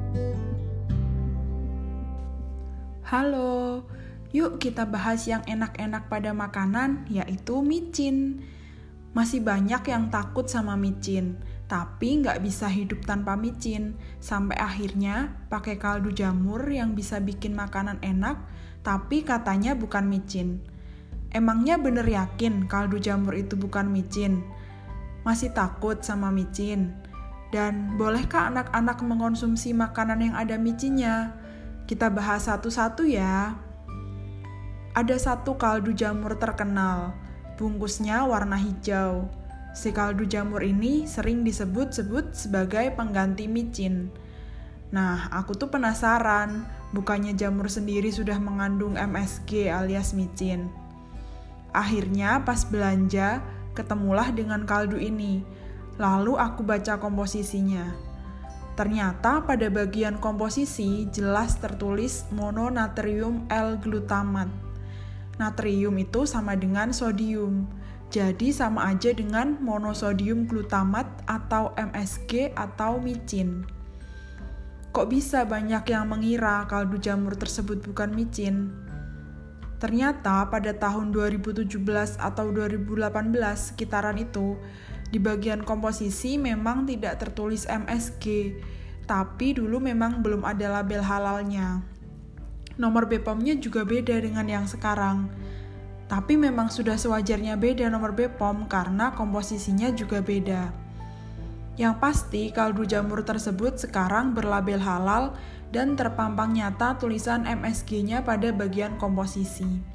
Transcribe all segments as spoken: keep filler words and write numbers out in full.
Halo, yuk kita bahas yang enak-enak pada makanan, yaitu micin. Masih banyak yang takut sama micin, tapi nggak bisa hidup tanpa micin. Sampai akhirnya pakai kaldu jamur yang bisa bikin makanan enak, tapi katanya bukan micin. Emangnya bener yakin kaldu jamur itu bukan micin? Masih takut sama micin? Dan bolehkah anak-anak mengkonsumsi makanan yang ada micinnya? Kita bahas satu-satu ya. Ada satu kaldu jamur terkenal, bungkusnya warna hijau. Si kaldu jamur ini sering disebut-sebut sebagai pengganti micin. Nah, aku tuh penasaran, bukannya jamur sendiri sudah mengandung M S G alias micin. Akhirnya pas belanja, ketemulah dengan kaldu ini. Lalu aku baca komposisinya. Ternyata pada bagian komposisi jelas tertulis mononatrium L-glutamat. Natrium itu sama dengan sodium, jadi sama aja dengan monosodium glutamat atau M S G atau micin. Kok bisa banyak yang mengira kaldu jamur tersebut bukan micin? Ternyata pada tahun dua ribu tujuh belas atau dua ribu delapan belas sekitaran itu, di bagian komposisi memang tidak tertulis M S G, tapi dulu memang belum ada label halalnya. Nomor B P O M-nya juga beda dengan yang sekarang. Tapi memang sudah sewajarnya beda nomor B P O M karena komposisinya juga beda. Yang pasti kaldu jamur tersebut sekarang berlabel halal dan terpampang nyata tulisan M S G-nya pada bagian komposisi.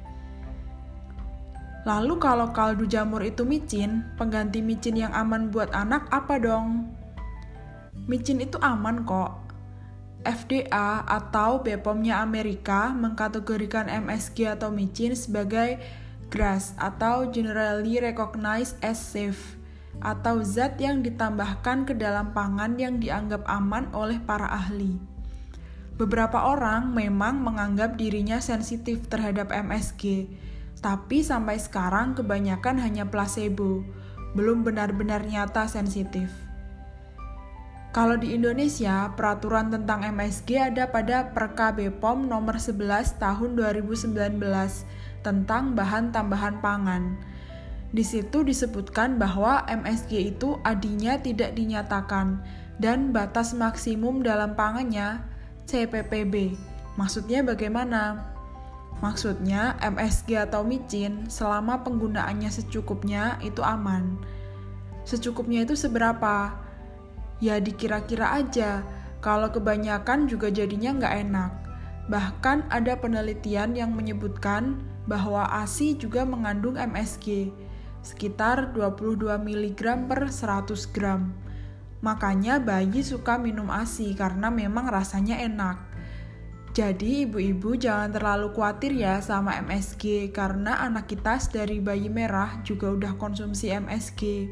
Lalu kalau kaldu jamur itu micin, pengganti micin yang aman buat anak apa dong? Micin itu aman kok. F D A atau B P O M-nya Amerika mengkategorikan M S G atau micin sebagai G R A S atau Generally Recognized as Safe, atau zat yang ditambahkan ke dalam pangan yang dianggap aman oleh para ahli. Beberapa orang memang menganggap dirinya sensitif terhadap M S G, tapi sampai sekarang kebanyakan hanya placebo, belum benar-benar nyata sensitif. Kalau di Indonesia, peraturan tentang M S G ada pada Perka B P O M nomor sebelas tahun dua ribu sembilan belas tentang bahan tambahan pangan. Di situ disebutkan bahwa M S G itu adinya tidak dinyatakan dan batas maksimum dalam pangannya C P P B. Maksudnya bagaimana? Maksudnya M S G atau micin selama penggunaannya secukupnya itu aman. Secukupnya itu seberapa? Ya dikira-kira aja, kalau kebanyakan juga jadinya nggak enak. Bahkan ada penelitian yang menyebutkan bahwa A S I juga mengandung M S G, sekitar dua puluh dua miligram per seratus gram. Makanya bayi suka minum A S I karena memang rasanya enak. Jadi ibu-ibu jangan terlalu khawatir ya sama M S G, karena anak kita dari bayi merah juga udah konsumsi M S G.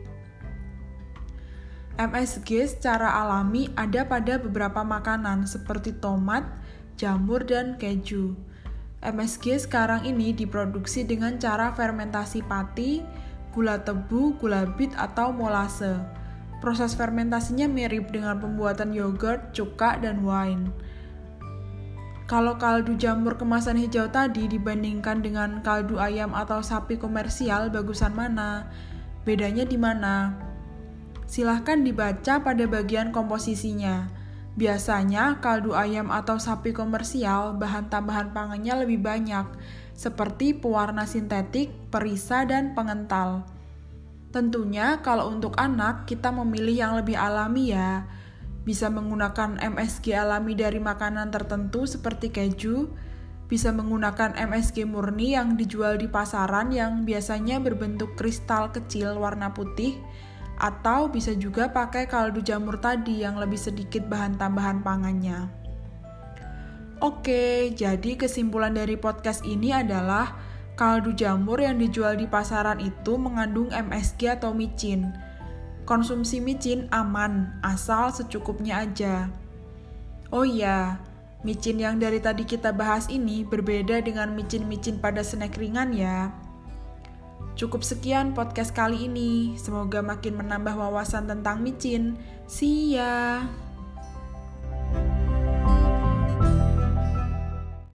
M S G secara alami ada pada beberapa makanan seperti tomat, jamur, dan keju. M S G sekarang ini diproduksi dengan cara fermentasi pati, gula tebu, gula bit, atau molase. Proses fermentasinya mirip dengan pembuatan yogurt, cuka, dan wine. Kalau kaldu jamur kemasan hijau tadi dibandingkan dengan kaldu ayam atau sapi komersial, bagusan mana? Bedanya di mana? Silahkan dibaca pada bagian komposisinya. Biasanya kaldu ayam atau sapi komersial bahan tambahan pangannya lebih banyak, seperti pewarna sintetik, perisa, dan pengental. Tentunya kalau untuk anak kita memilih yang lebih alami ya. Bisa menggunakan M S G alami dari makanan tertentu seperti keju, bisa menggunakan M S G murni yang dijual di pasaran yang biasanya berbentuk kristal kecil warna putih, atau bisa juga pakai kaldu jamur tadi yang lebih sedikit bahan tambahan pangannya. Oke, jadi kesimpulan dari podcast ini adalah kaldu jamur yang dijual di pasaran itu mengandung M S G atau micin. Konsumsi micin aman, asal secukupnya aja. Oh iya, micin yang dari tadi kita bahas ini berbeda dengan micin-micin pada snack ringan ya. Cukup sekian podcast kali ini. Semoga makin menambah wawasan tentang micin. See ya!